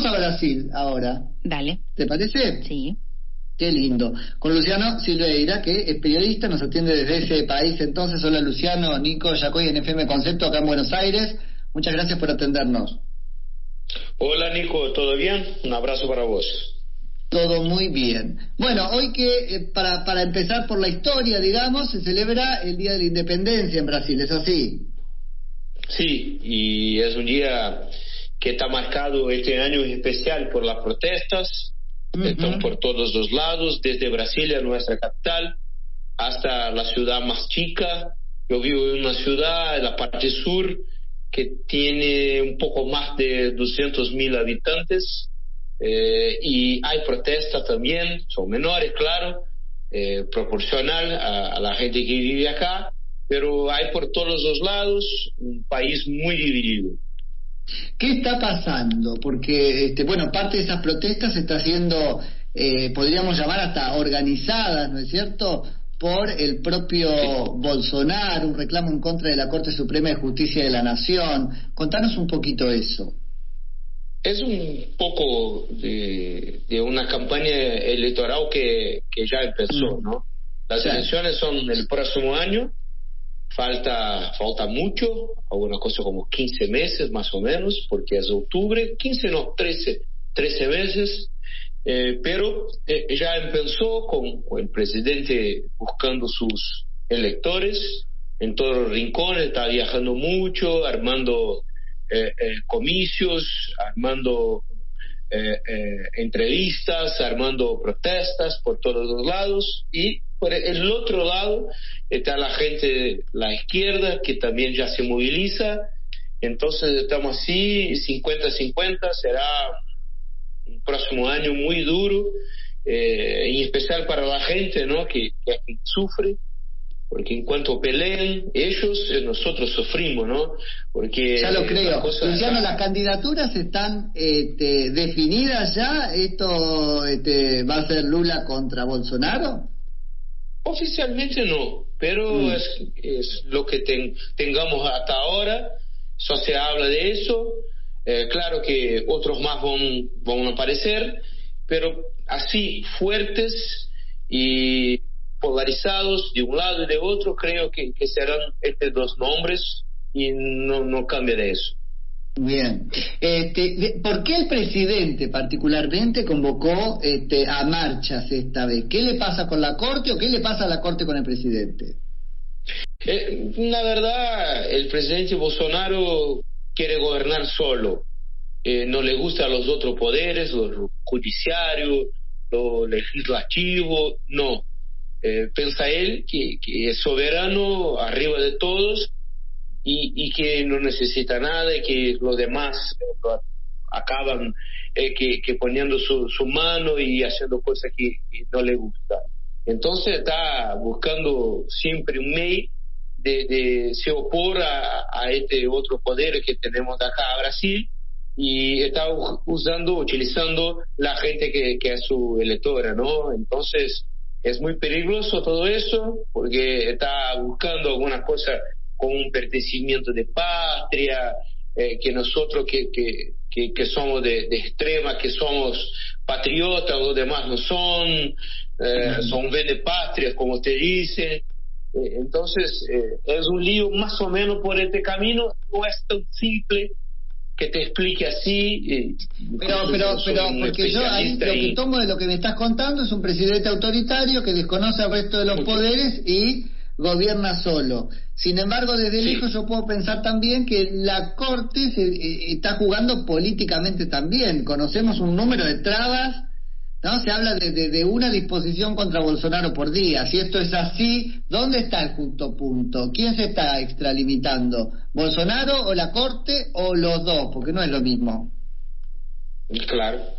Vamos a Brasil ahora. Dale. ¿Te parece? Sí. Qué lindo. Con Luciano Silveira, que es periodista, nos atiende desde ese país. Entonces, hola Luciano, Nico Yacoy en FM Concepto, acá en Buenos Aires. Muchas gracias por atendernos. Hola Nico, ¿todo bien? Un abrazo para vos. Todo muy bien. Bueno, hoy que para empezar por la historia, digamos, se celebra el Día de la Independencia en Brasil, ¿es así? Sí, y es un día que está marcado este año en especial por las protestas. Están por todos los lados, desde Brasilia, nuestra capital, hasta la ciudad más chica. Yo vivo en una ciudad, en la parte sur, que tiene un poco más de 200.000 habitantes, y hay protestas también, son menores, claro, proporcional a la gente que vive acá, pero hay por todos los lados un país muy dividido. ¿Qué está pasando? Porque, bueno, parte de esas protestas está siendo, podríamos llamar hasta organizadas, ¿no es cierto?, por el propio Bolsonaro, un reclamo en contra de la Corte Suprema de Justicia de la Nación. Contanos un poquito eso. Es un poco de una campaña electoral que ya empezó, ¿no? Las elecciones son el próximo año. Falta mucho, alguna cosa como 15 meses más o menos, porque es octubre, 15 no, 13 meses, pero ya empezó con el presidente buscando sus electores en todos los rincones, está viajando mucho, armando comicios, armando entrevistas, armando protestas por todos los lados, y por el otro lado está la gente de la izquierda que también ya se moviliza. Entonces estamos así, 50-50, será un próximo año muy duro, en especial para la gente, ¿no?, que sufre, porque en cuanto peleen ellos, nosotros sufrimos, ¿no? Porque ya lo creo. Luciano, ¿las candidaturas están definidas ya? ¿Esto va a ser Lula contra Bolsonaro? Oficialmente no, pero es lo que tengamos hasta ahora. Solo se habla de eso. Claro que otros más van a aparecer, pero así fuertes y polarizados de un lado y de otro, creo que serán estos dos nombres, y no cambia de eso. Bien. ¿Por qué el presidente particularmente convocó a marchas esta vez? ¿Qué le pasa con la Corte o qué le pasa a la Corte con el presidente? La verdad, el presidente Bolsonaro quiere gobernar solo. No le gustan los otros poderes, lo judiciario, lo legislativo, no. Piensa él que es soberano arriba de todos, y que no necesita nada, y que los demás acaban que poniendo su mano y haciendo cosas que no le gustan. Entonces está buscando siempre un medio de se opor a este otro poder que tenemos acá a Brasil, y está utilizando la gente que es su electora, ¿no? Entonces es muy peligroso todo eso, porque está buscando algunas cosas con un pertenecimiento de patria, que nosotros que somos de extrema, que somos patriotas, los demás no son, son vendepatrias, como usted dice. Entonces es un lío más o menos por este camino. No es tan simple que te explique así. Pero porque yo ahí lo que tomo de lo que me estás contando es un presidente autoritario que desconoce al resto de los poderes y gobierna solo. Sin embargo, desde lejos yo puedo pensar también que la Corte está jugando políticamente también. Conocemos un número de trabas, ¿no? Se habla de una disposición contra Bolsonaro por día. Si esto es así, ¿dónde está el justo punto? ¿Quién se está extralimitando? ¿Bolsonaro o la Corte o los dos? Porque no es lo mismo. Claro.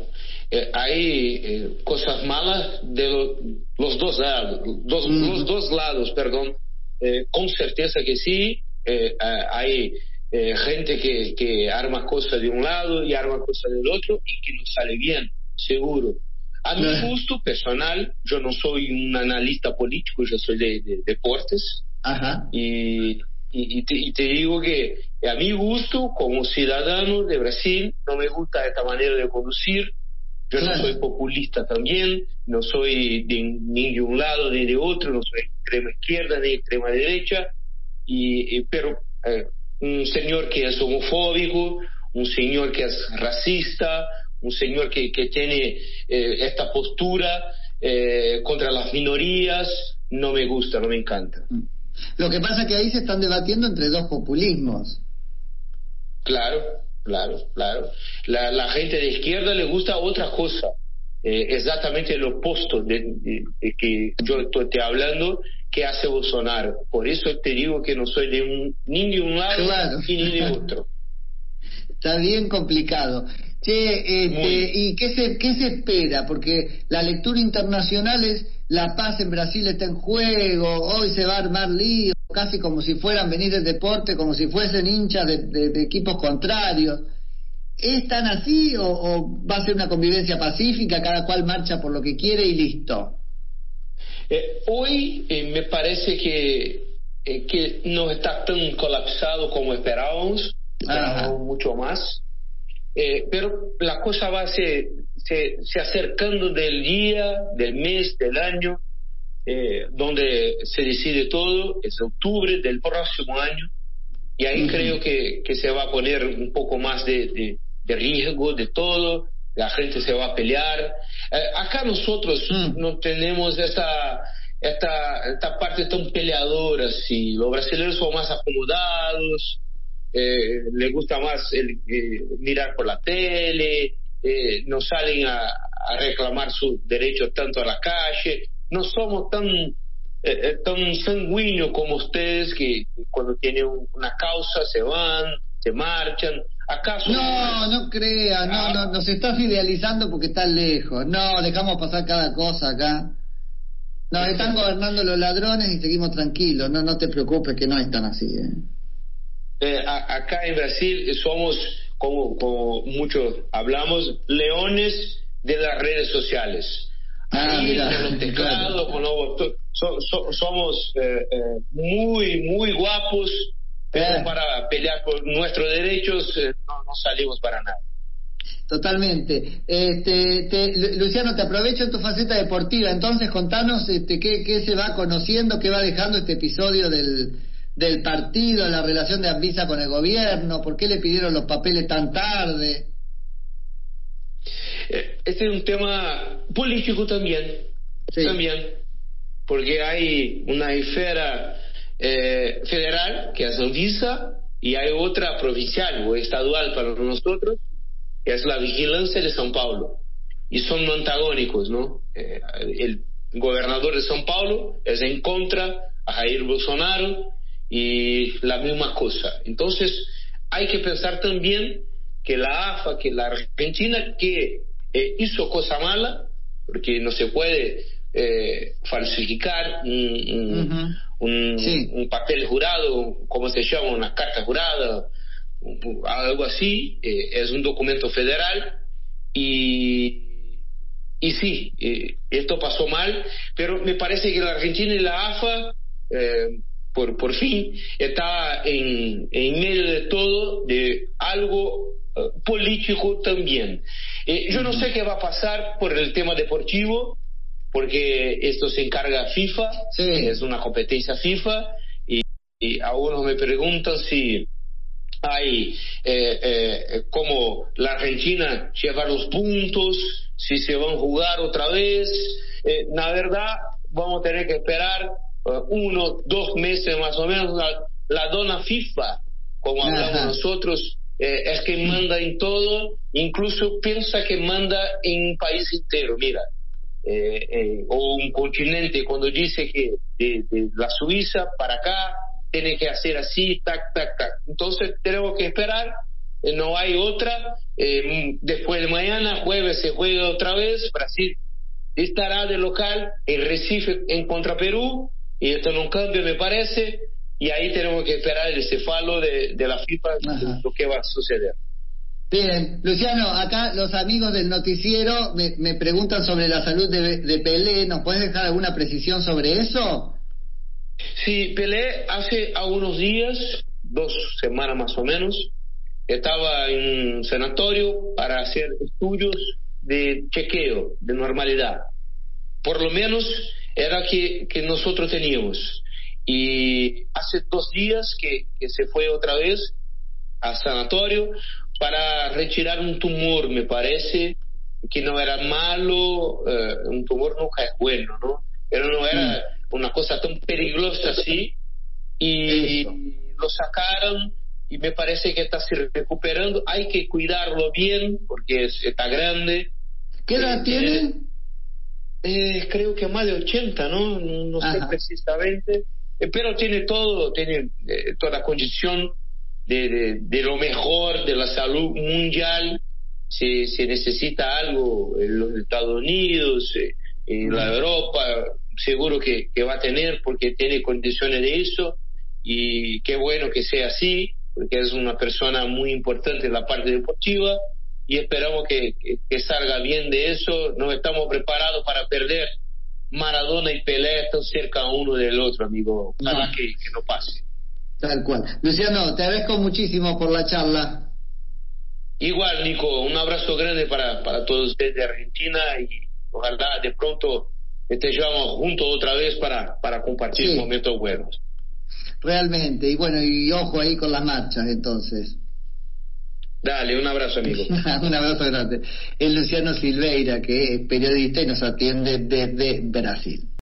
Hay cosas malas de los dos lados, los dos lados, perdón. Con certeza que sí. Hay gente que arma cosas de un lado y arma cosas del otro, y que no sale bien, seguro. A mi gusto personal, yo no soy un analista político, yo soy de deportes. Ajá. Y y te digo que a mi gusto, como ciudadano de Brasil, no me gusta esta manera de conducir. Yo no soy populista también, no soy ni de un lado ni de otro, no soy extrema izquierda ni extrema derecha, pero un señor que es homofóbico, un señor que es racista, un señor que tiene esta postura contra las minorías, no me gusta, no me encanta. Lo que pasa es que ahí se están debatiendo entre dos populismos. Claro. La gente de izquierda le gusta otra cosa, exactamente lo opuesto de que yo estoy hablando, que hace Bolsonaro. Por eso te digo que no soy ni de un lado ni de otro. Está bien complicado. ¿Y qué se espera? Porque la lectura internacional es: la paz en Brasil está en juego, hoy se va a armar lío, casi como si fueran venir del deporte, como si fuesen hinchas de equipos contrarios. ¿Es tan así o va a ser una convivencia pacífica, cada cual marcha por lo que quiere y listo? Hoy me parece que no está tan colapsado como esperábamos mucho más. Pero la cosa va se acercando del día, del mes, del año, donde se decide todo, es octubre del próximo año, y ahí creo que se va a poner un poco más de riesgo de todo, la gente se va a pelear. Acá nosotros no tenemos esta parte tan peleadora, sí. Los brasileños son más acomodados, les gusta más mirar por la tele, no salen a reclamar sus derechos tanto a la calle. No somos tan sanguíneos como ustedes, que cuando tienen una causa se van, se marchan. ¿Acaso? No creas, no, nos estás idealizando porque estás lejos. No, dejamos pasar cada cosa acá. Nos están gobernando los ladrones y seguimos tranquilos. No te preocupes, que no es tan así. Acá en Brasil somos, como muchos hablamos, leones de las redes sociales. Ahí con los teclados, somos muy guapos, pero para pelear por nuestros derechos no salimos para nada. Totalmente. Luciano, te aprovecho en tu faceta deportiva. Entonces, contanos qué se va conociendo, qué va dejando este episodio del partido, la relación de Anvisa con el gobierno, por qué le pidieron los papeles tan tarde. Este es un tema político también, porque hay una esfera federal, que es Anvisa, y hay otra provincial o estadual para nosotros, que es la Vigilancia de São Paulo, y son antagónicos, ¿no? El gobernador de São Paulo es en contra a Jair Bolsonaro y la misma cosa. Entonces hay que pensar también que la AFA, que la Argentina, que hizo cosa mala, porque no se puede falsificar un papel jurado, ¿cómo se llama? Una carta jurada, algo así. Es un documento federal y sí, esto pasó mal, pero me parece que la Argentina y la AFA por fin está en medio de todo, de algo político también. Yo no sé qué va a pasar por el tema deportivo, porque esto se encarga FIFA, es una competencia FIFA, y algunos me preguntan si hay como la Argentina lleva los puntos, si se van a jugar otra vez. La verdad, vamos a tener que esperar 1-2 meses más o menos. La dona FIFA, como hablamos nosotros, es que manda en todo, incluso piensa que manda en un país entero. Mira, o un continente, cuando dice que de la Suiza para acá tiene que hacer así, tac. Entonces tenemos que esperar, no hay otra. Después de mañana, jueves, se juega otra vez. Brasil estará de local en Recife en contra Perú, y esto no cambia, me parece, y ahí tenemos que esperar el cefalo de la FIFA, lo que va a suceder. Bien, Luciano, acá los amigos del noticiero me preguntan sobre la salud de Pelé. ¿Nos puedes dejar alguna precisión sobre eso? Sí, Pelé hace algunos días, 2 semanas más o menos, estaba en un sanatorio para hacer estudios de chequeo, de normalidad. Por lo menos era que nosotros teníamos. Y hace 2 días que se fue otra vez al sanatorio para retirar un tumor, me parece que no era malo, un tumor nunca es bueno, ¿no? Pero no era una cosa tan peligrosa así, y lo sacaron y me parece que está se recuperando. Hay que cuidarlo bien porque está grande. ¿Qué edad tiene? Creo que más de 80, ¿no? No sé precisamente, pero tiene todo, tiene toda la condición de lo mejor de la salud mundial. Se necesita algo en los Estados Unidos, en la Europa, seguro que va a tener, porque tiene condiciones de eso, y qué bueno que sea así, porque es una persona muy importante en la parte deportiva, y esperamos que salga bien de eso. No estamos preparados para perder. Maradona y Pelé están cerca uno del otro, amigo. Ojalá que no pase. Tal cual. Luciano, te agradezco muchísimo por la charla. Igual, Nico, un abrazo grande para todos ustedes de Argentina, y ojalá de pronto estemos juntos otra vez para compartir momentos buenos. Realmente, y bueno, y ojo ahí con las marchas entonces. Dale, un abrazo, amigo. Un abrazo grande. Es Luciano Silveira, que es periodista y nos atiende desde Brasil.